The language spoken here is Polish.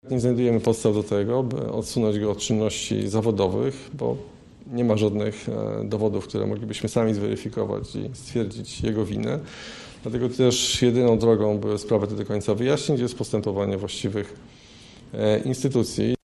Nie znajdujemy podstaw do tego, by odsunąć go od czynności zawodowych, bo nie ma żadnych dowodów, które moglibyśmy sami zweryfikować i stwierdzić jego winę. Dlatego też jedyną drogą, by sprawę tę do końca wyjaśnić, jest postępowanie właściwych instytucji.